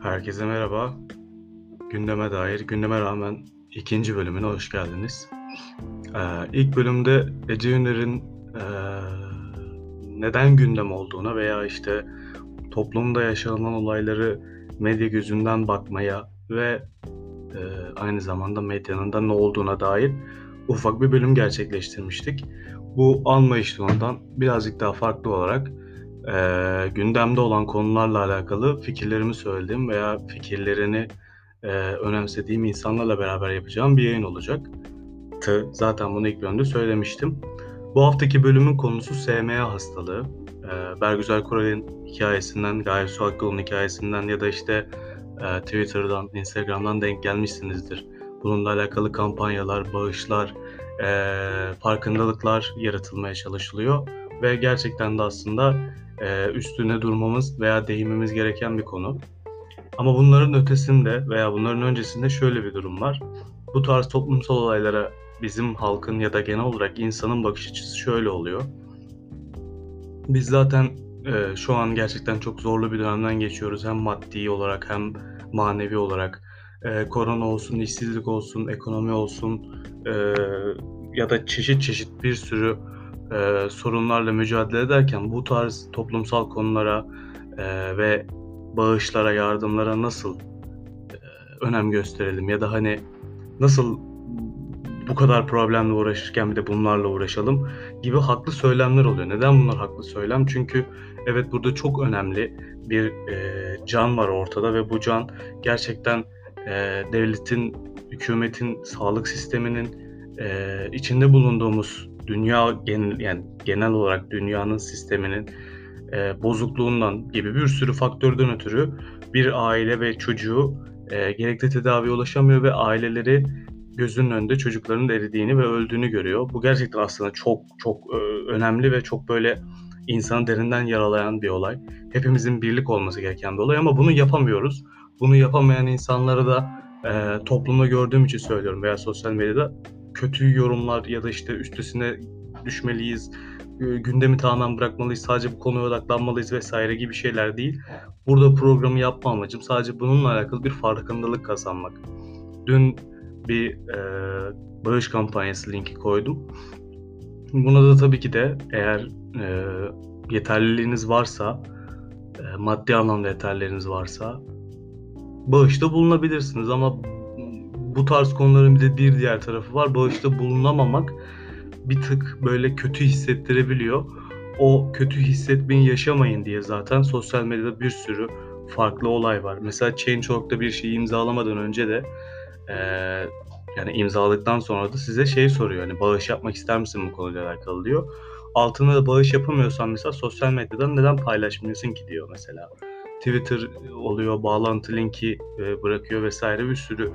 Herkese merhaba. Gündeme dair, gündeme rağmen ikinci bölümüne hoş geldiniz. İlk bölümde Ece Üner'in neden gündem olduğuna veya işte toplumda yaşanan olayları medya gözünden bakmaya ve aynı zamanda medyanın da ne olduğuna dair ufak bir bölüm gerçekleştirmiştik. Bu anlayışından birazcık daha farklı olarak gündemde olan konularla alakalı fikirlerimi söylediğim veya fikirlerini önemsediğim insanlarla beraber yapacağım bir yayın olacak. Zaten bunu ilk bölümde söylemiştim. Bu haftaki bölümün konusu SMA hastalığı. Bergüzar Koray'ın hikayesinden, Gaye Su Akgül'ün hikayesinden ya da işte Twitter'dan, Instagram'dan denk gelmişsinizdir. Bununla alakalı kampanyalar, bağışlar, farkındalıklar yaratılmaya çalışılıyor. Ve gerçekten de aslında üstüne durmamız veya değinmemiz gereken bir konu. Ama bunların ötesinde veya bunların öncesinde şöyle bir durum var. Bu tarz toplumsal olaylara bizim halkın ya da genel olarak insanın bakış açısı şöyle oluyor. Biz zaten şu an gerçekten çok zorlu bir dönemden geçiyoruz. Hem maddi olarak hem manevi olarak. Korona olsun, işsizlik olsun, ekonomi olsun ya da çeşit çeşit bir sürü sorunlarla mücadele ederken bu tarz toplumsal konulara ve bağışlara, yardımlara nasıl önem gösterelim ya da hani nasıl bu kadar problemle uğraşırken bir de bunlarla uğraşalım gibi haklı söylemler oluyor. Neden bunlar haklı söylem? Çünkü evet burada çok önemli bir can var ortada ve bu can gerçekten devletin, hükümetin, sağlık sisteminin içinde bulunduğumuz dünya yani genel olarak dünyanın sisteminin bozukluğundan gibi bir sürü faktörden ötürü bir aile ve çocuğu gerekli tedaviye ulaşamıyor ve aileleri gözünün önünde çocukların eridiğini ve öldüğünü görüyor. Bu gerçekten aslında çok çok önemli ve çok böyle insanı derinden yaralayan bir olay. Hepimizin birlik olması gereken bir olay ama bunu yapamıyoruz. Bunu yapamayan insanları da toplumda gördüğüm için söylüyorum veya sosyal medyada kötü yorumlar ya da işte üstesine düşmeliyiz, gündemi tamamen bırakmalıyız, sadece bu konuya odaklanmalıyız vesaire gibi şeyler değil. Burada programı yapma amacım sadece bununla alakalı bir farkındalık kazanmak. Dün bir bağış kampanyası linki koydum. Buna da tabii ki de eğer yeterliliğiniz varsa, maddi anlamda yeterliliğiniz varsa bağışta bulunabilirsiniz ama bu tarz konuların bir de bir diğer tarafı var. Bağışta bulunamamak bir tık böyle kötü hissettirebiliyor. O kötü hissetmeyi yaşamayın diye zaten sosyal medyada bir sürü farklı olay var. Mesela Change.org'da bir şeyi imzalamadan önce de yani imzaladıktan sonra da size şey soruyor. Hani bağış yapmak ister misin bu konuyla alakalı diyor. Altına da bağış yapamıyorsan mesela sosyal medyadan neden paylaşmıyorsun ki diyor mesela. Twitter oluyor, bağlantı linki bırakıyor vesaire bir sürü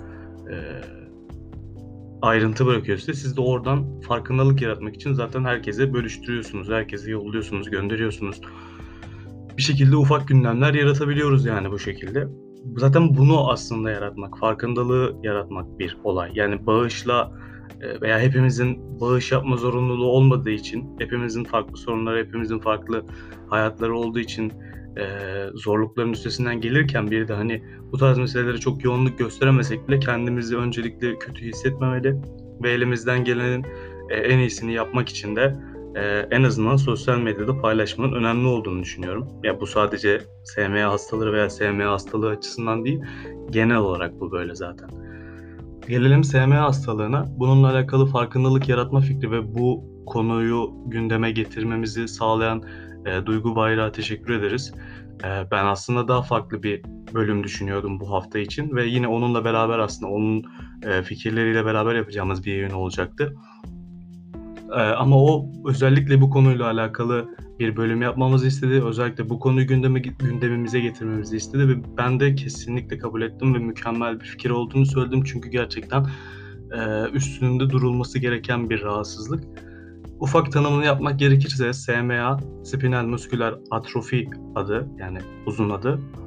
ayrıntı bırakıyor size. Siz de oradan farkındalık yaratmak için zaten herkese bölüştürüyorsunuz, herkese yolluyorsunuz, gönderiyorsunuz. Bir şekilde ufak gündemler yaratabiliyoruz yani bu şekilde. Zaten bunu aslında yaratmak, farkındalığı yaratmak bir olay. Yani bağışla veya hepimizin bağış yapma zorunluluğu olmadığı için, hepimizin farklı sorunları, hepimizin farklı hayatları olduğu için zorlukların üstesinden gelirken bir de hani bu tarz meselelere çok yoğunluk gösteremesek bile kendimizi öncelikle kötü hissetmemeli ve elimizden gelenin en iyisini yapmak için de en azından sosyal medyada paylaşmanın önemli olduğunu düşünüyorum. Ya bu sadece SMA hastaları veya SMA hastalığı açısından değil, genel olarak bu böyle zaten. Gelelim SMA hastalığına. Bununla alakalı farkındalık yaratma fikri ve bu konuyu gündeme getirmemizi sağlayan Duygu Bayrak'a teşekkür ederiz. Ben aslında daha farklı bir bölüm düşünüyordum bu hafta için ve yine onunla beraber aslında onun fikirleriyle beraber yapacağımız bir yayın olacaktı. Ama o özellikle bu konuyla alakalı bir bölüm yapmamızı istedi. Özellikle bu konuyu gündemimize getirmemizi istedi ve ben de kesinlikle kabul ettim ve mükemmel bir fikir olduğunu söyledim. Çünkü gerçekten üstünde durulması gereken bir rahatsızlık. Ufak tanımını yapmak gerekirse SMA, spinal musküler atrofi adı yani uzun adı.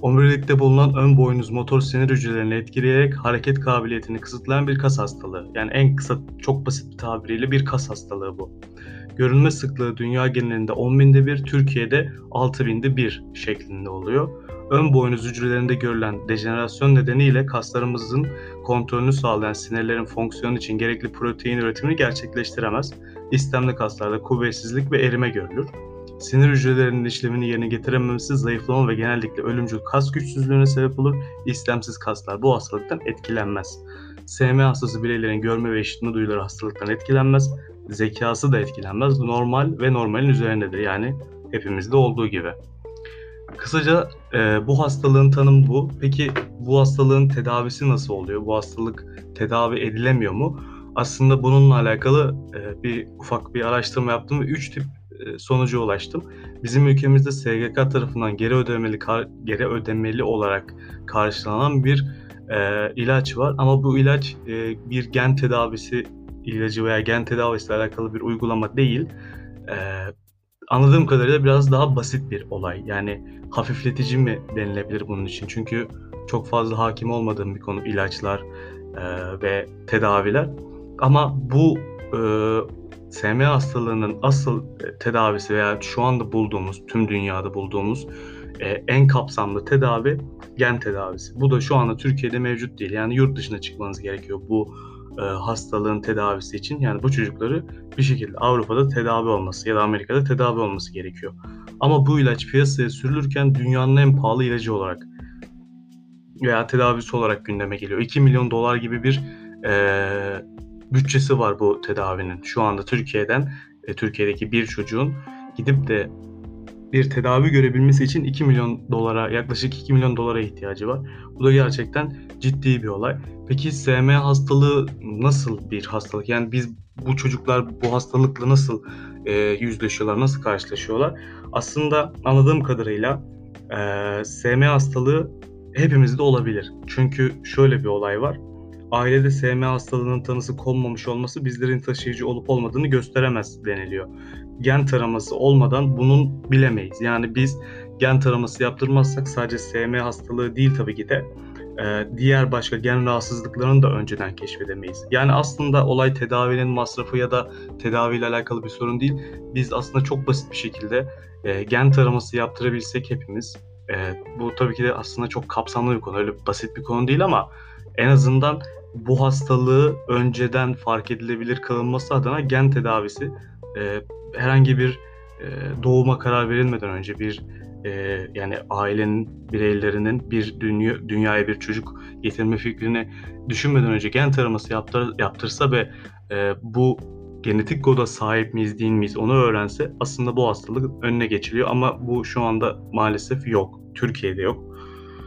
Omurilikte bulunan ön boynuz motor sinir hücrelerini etkileyerek hareket kabiliyetini kısıtlayan bir kas hastalığı. Yani en kısa, çok basit bir tabiriyle bir kas hastalığı bu. Görülme sıklığı dünya genelinde 10.000'de 1, Türkiye'de 6.000'de 1 şeklinde oluyor. Ön boynuz hücrelerinde görülen dejenerasyon nedeniyle kaslarımızın kontrolünü sağlayan sinirlerin fonksiyonu için gerekli protein üretimini gerçekleştiremez. İstemli kaslarda kuvvetsizlik ve erime görülür. Sinir hücrelerinin işlevini yerine getirememesi zayıflama ve genellikle ölümcül kas güçsüzlüğüne sebep olur. İstemsiz kaslar bu hastalıktan etkilenmez. SM hastası bireylerin görme ve işitme duyuları hastalıktan etkilenmez. Zekası da etkilenmez. Normal ve normalin üzerindedir. Yani hepimizde olduğu gibi. Kısaca bu hastalığın tanımı bu. Peki bu hastalığın tedavisi nasıl oluyor? Bu hastalık tedavi edilemiyor mu? Aslında bununla alakalı ufak bir araştırma yaptım ve 3 tip sonuca ulaştım. Bizim ülkemizde SGK tarafından geri ödemeli olarak karşılanan bir ilaç var. Ama bu ilaç bir gen tedavisi ilacı veya gen tedavisiyle alakalı bir uygulama değil. Anladığım kadarıyla biraz daha basit bir olay. Yani hafifletici mi denilebilir bunun için? Çünkü çok fazla hakim olmadığım bir konu ilaçlar ve tedaviler. Ama bu SM hastalığının asıl tedavisi veya şu anda bulduğumuz, tüm dünyada bulduğumuz en kapsamlı tedavi gen tedavisi. Bu da şu anda Türkiye'de mevcut değil. Yani yurt dışına çıkmanız gerekiyor bu hastalığın tedavisi için. Yani bu çocukları bir şekilde Avrupa'da tedavi olması ya da Amerika'da tedavi olması gerekiyor. Ama bu ilaç piyasaya sürülürken dünyanın en pahalı ilacı olarak veya tedavisi olarak gündeme geliyor. 2 milyon dolar gibi bir bütçesi var bu tedavinin. Şu anda Türkiye'deki bir çocuğun gidip de bir tedavi görebilmesi için 2 milyon dolara, yaklaşık 2 milyon dolara ihtiyacı var. Bu da gerçekten ciddi bir olay. Peki SM hastalığı nasıl bir hastalık? Yani bu çocuklar bu hastalıkla nasıl yüzleşiyorlar, nasıl karşılaşıyorlar? Aslında anladığım kadarıyla SM hastalığı hepimizde olabilir. Çünkü şöyle bir olay var. Ailede SM hastalığının tanısı konmamış olması bizlerin taşıyıcı olup olmadığını gösteremez deniliyor. Gen taraması olmadan bunun bilemeyiz. Yani biz gen taraması yaptırmazsak sadece SM hastalığı değil tabii ki de diğer başka gen rahatsızlıklarını da önceden keşfedemeyiz. Yani aslında olay tedavinin masrafı ya da tedaviyle alakalı bir sorun değil. Biz aslında çok basit bir şekilde gen taraması yaptırabilsek hepimiz, bu tabii ki de aslında çok kapsamlı bir konu. Öyle basit bir konu değil ama en azından bu hastalığı önceden fark edilebilir kılınması adına gen tedavisi herhangi bir doğuma karar verilmeden önce yani ailenin bireylerinin bir dünyaya bir çocuk getirme fikrini düşünmeden önce gen taraması yaptırsa ve bu genetik koda sahip miyiz değil miyiz onu öğrense aslında bu hastalık önüne geçiliyor ama bu şu anda maalesef yok. Türkiye'de yok.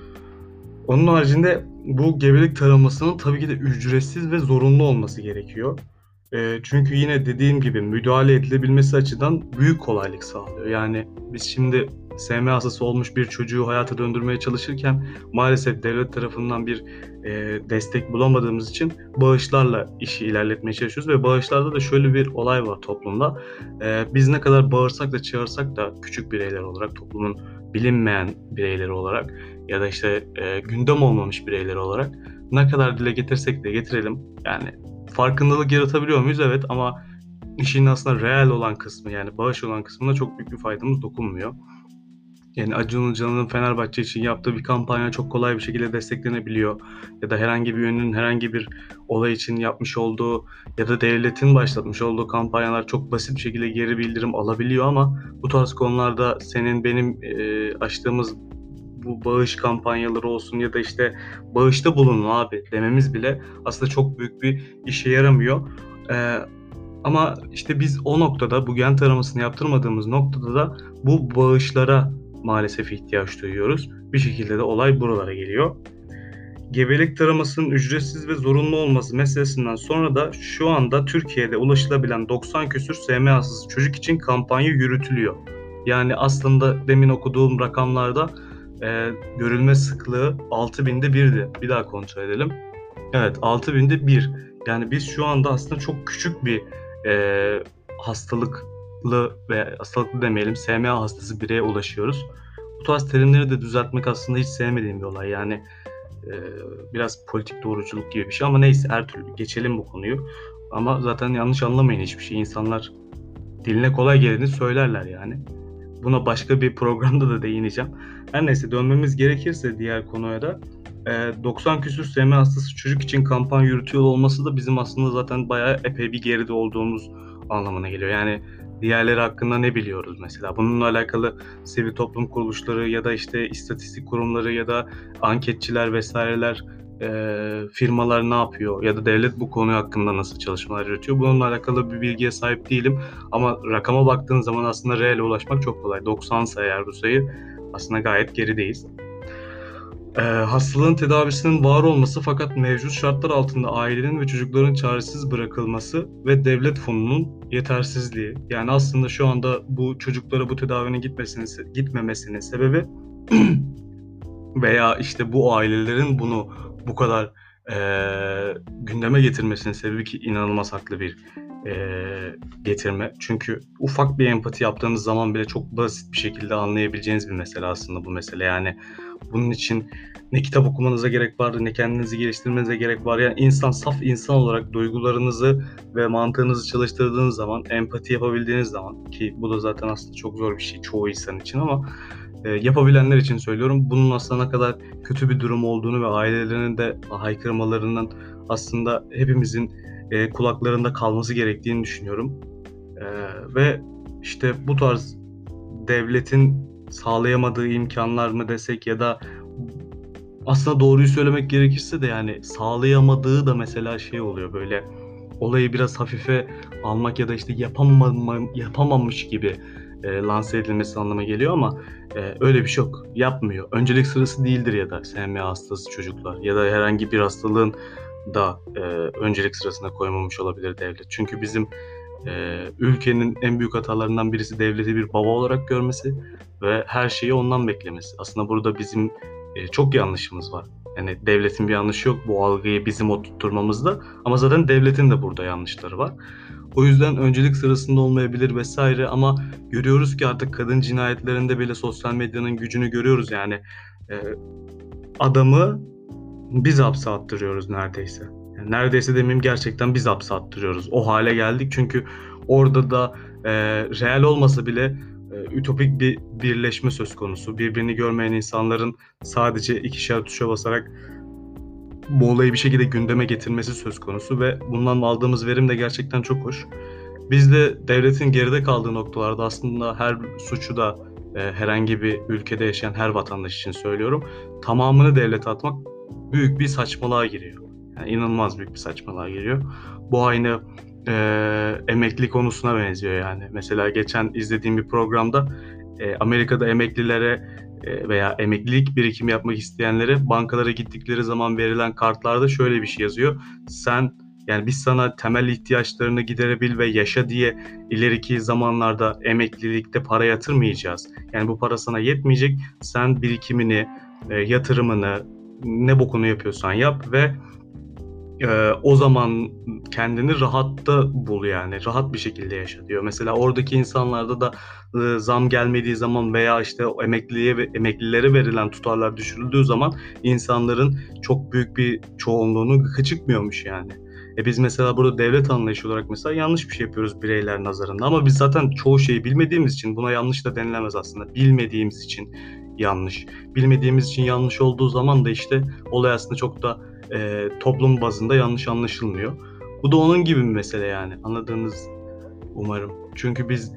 Onun haricinde bu gebelik taramasının tabii ki de ücretsiz ve zorunlu olması gerekiyor. Çünkü yine dediğim gibi müdahale edilebilmesi açıdan büyük kolaylık sağlıyor. Yani biz şimdi SM hastası olmuş bir çocuğu hayata döndürmeye çalışırken maalesef devlet tarafından bir destek bulamadığımız için bağışlarla işi ilerletmeye çalışıyoruz ve bağışlarda da şöyle bir olay var toplumda. Biz ne kadar bağırsak da çağırsak da küçük bireyler olarak, toplumun bilinmeyen bireyleri olarak ya da işte gündem olmamış bireyleri olarak ne kadar dile getirsek de getirelim. Yani farkındalık yaratabiliyor muyuz? Evet ama işin aslında real olan kısmı yani bağış olan kısmına çok büyük bir faydamız dokunmuyor. Yani Acun Ilıcalı'nın Fenerbahçe için yaptığı bir kampanya çok kolay bir şekilde desteklenebiliyor. Ya da herhangi bir ünlünün herhangi bir olay için yapmış olduğu ya da devletin başlatmış olduğu kampanyalar çok basit bir şekilde geri bildirim alabiliyor ama bu tarz konularda senin benim açtığımız bu bağış kampanyaları olsun ya da işte bağışta bulunun abi dememiz bile aslında çok büyük bir işe yaramıyor. Ama işte biz o noktada bu gen taramasını yaptırmadığımız noktada da bu bağışlara maalesef ihtiyaç duyuyoruz. Bir şekilde de olay buralara geliyor. Gebelik taramasının ücretsiz ve zorunlu olması meselesinden sonra da şu anda Türkiye'de ulaşılabilen 90 küsür SM hastası çocuk için kampanya yürütülüyor. Yani aslında demin okuduğum rakamlarda görülme sıklığı 6.000'de 1'di. Bir daha kontrol edelim. Evet 6.000'de 1. Yani biz şu anda aslında çok küçük bir hastalıklı veya hastalıklı demeyelim SM hastası bireye ulaşıyoruz. Bu tarz terimleri de düzeltmek aslında hiç sevmediğim bir olay. Yani biraz politik doğruculuk gibi bir şey ama neyse, her türlü geçelim bu konuyu. Ama zaten yanlış anlamayın hiçbir şey. İnsanlar diline kolay geleni söylerler yani. Buna başka bir programda da değineceğim. Her neyse, dönmemiz gerekirse diğer konuya da 90 küsür SM hastası çocuk için kampanya yürütüyor olması da bizim aslında zaten bayağı epey bir geride olduğumuz anlamına geliyor. Yani diğerleri hakkında ne biliyoruz mesela? Bununla alakalı sivil toplum kuruluşları ya da işte istatistik kurumları ya da anketçiler vesaireler, firmalar ne yapıyor ya da devlet bu konu hakkında nasıl çalışmalar yürütüyor? Bununla alakalı bir bilgiye sahip değilim ama rakama baktığın zaman aslında reale ulaşmak çok kolay. 90'sa eğer bu sayı, aslında gayet gerideyiz. Hastalığın tedavisinin var olması fakat mevcut şartlar altında ailenin ve çocukların çaresiz bırakılması ve devlet fonunun yetersizliği. Yani aslında şu anda bu çocuklara bu tedavinin gitmemesinin sebebi veya işte bu ailelerin bunu bu kadar gündeme getirmesinin sebebi, ki inanılmaz haklı bir getirme. Çünkü ufak bir empati yaptığınız zaman bile çok basit bir şekilde anlayabileceğiniz bir mesele aslında bu mesele. Yani bunun için ne kitap okumanıza gerek var, ne kendinizi geliştirmenize gerek var. Yani saf insan olarak duygularınızı ve mantığınızı çalıştırdığınız zaman, empati yapabildiğiniz zaman, ki bu da zaten aslında çok zor bir şey çoğu insan için ama yapabilenler için söylüyorum. Bunun aslında ne kadar kötü bir durum olduğunu ve ailelerinin de haykırmalarının aslında hepimizin kulaklarında kalması gerektiğini düşünüyorum. Ve işte bu tarz devletin sağlayamadığı imkanlar mı desek ya da aslında doğruyu söylemek gerekirse de yani sağlayamadığı da mesela şey oluyor, böyle olayı biraz hafife almak ya da işte yapamamış gibi lanse edilmesi anlamına geliyor ama öyle bir şey yok. Yapmıyor. Öncelik sırası değildir ya da SMA hastası çocuklar ya da herhangi bir hastalığın da öncelik sırasına koymamış olabilir devlet. Çünkü bizim ülkenin en büyük hatalarından birisi devleti bir baba olarak görmesi ve her şeyi ondan beklemesi. Aslında burada bizim çok yanlışımız var. Yani devletin bir yanlışı yok bu algıyı bizim oturtmamızda ama zaten devletin de burada yanlışları var. O yüzden öncelik sırasında olmayabilir vesaire ama görüyoruz ki artık kadın cinayetlerinde bile sosyal medyanın gücünü görüyoruz yani. Adamı biz hapse attırıyoruz neredeyse. Yani neredeyse demeyeyim, gerçekten biz hapse attırıyoruz. O hale geldik çünkü orada da real olmasa bile ütopik bir birleşme söz konusu. Birbirini görmeyen insanların sadece ikişer tuşa basarak bu olayı bir şekilde gündeme getirmesi söz konusu ve bundan aldığımız verim de gerçekten çok hoş. Biz de devletin geride kaldığı noktalarda aslında her suçu da herhangi bir ülkede yaşayan her vatandaş için söylüyorum, tamamını devlete atmak büyük bir saçmalığa giriyor. Yani inanılmaz büyük bir saçmalığa giriyor. Bu aynı emeklilik konusuna benziyor yani. Mesela geçen izlediğim bir programda Amerika'da emeklilere veya emeklilik birikimi yapmak isteyenlere bankalara gittikleri zaman verilen kartlarda şöyle bir şey yazıyor. Yani biz sana temel ihtiyaçlarını giderebil ve yaşa diye ileriki zamanlarda emeklilikte para yatırmayacağız. Yani bu para sana yetmeyecek. Sen birikimini, yatırımını, ne bokunu yapıyorsan yap ve o zaman kendini rahatta bul, yani rahat bir şekilde yaşa diyor. Mesela oradaki insanlarda da zam gelmediği zaman veya işte o emeklilere verilen tutarlar düşürüldüğü zaman insanların çok büyük bir çoğunluğunu gıkı çıkmıyormuş yani. Biz mesela burada devlet anlayışı olarak mesela yanlış bir şey yapıyoruz bireyler nazarında ama biz zaten çoğu şeyi bilmediğimiz için buna yanlış da denilemez aslında. Bilmediğimiz için yanlış. Bilmediğimiz için yanlış olduğu zaman da işte olay aslında çok da toplum bazında yanlış anlaşılmıyor. Bu da onun gibi bir mesele yani. Anladığınız umarım. Çünkü biz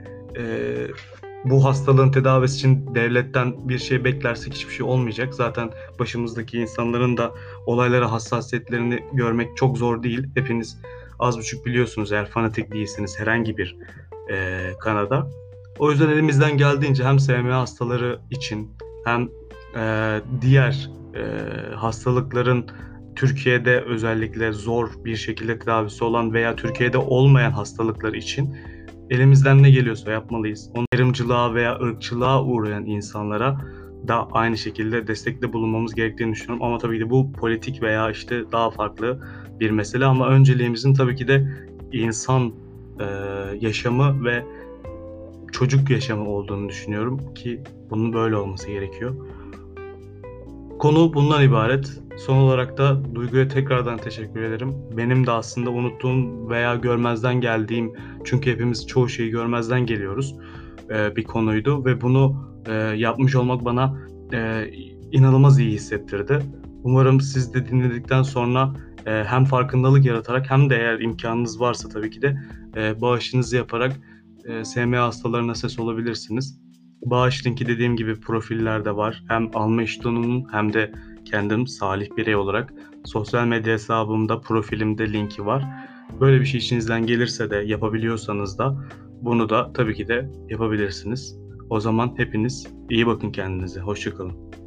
bu hastalığın tedavisi için devletten bir şey beklersek hiçbir şey olmayacak. Zaten başımızdaki insanların da olaylara hassasiyetlerini görmek çok zor değil. Hepiniz az buçuk biliyorsunuz eğer fanatik değilsiniz herhangi bir kanada. O yüzden elimizden geldiğince hem SMA hastaları için hem diğer hastalıkların Türkiye'de özellikle zor bir şekilde tedavisi olan veya Türkiye'de olmayan hastalıklar için elimizden ne geliyorsa yapmalıyız. Ayrımcılığa veya ırkçılığa uğrayan insanlara da aynı şekilde destekte bulunmamız gerektiğini düşünüyorum. Ama tabii ki de bu politik veya işte daha farklı bir mesele ama önceliğimizin tabii ki de insan yaşamı ve çocuk yaşamı olduğunu düşünüyorum ki bunun böyle olması gerekiyor. Konu bundan ibaret. Son olarak da Duygu'ya tekrardan teşekkür ederim. Benim de aslında unuttuğum veya görmezden geldiğim, çünkü hepimiz çoğu şeyi görmezden geliyoruz, bir konuydu ve bunu yapmış olmak bana inanılmaz iyi hissettirdi. Umarım siz de dinledikten sonra hem farkındalık yaratarak hem de eğer imkanınız varsa tabii ki de bağışınızı yaparak SMA hastalarına ses olabilirsiniz. Bağış linki dediğim gibi profillerde var. Hem Alma İş Donu'nun hem de kendim Salih Birey olarak sosyal medya hesabımda, profilimde linki var. Böyle bir şey içinizden gelirse de, yapabiliyorsanız da bunu da tabii ki de yapabilirsiniz. O zaman hepiniz iyi bakın kendinize. Hoşça kalın.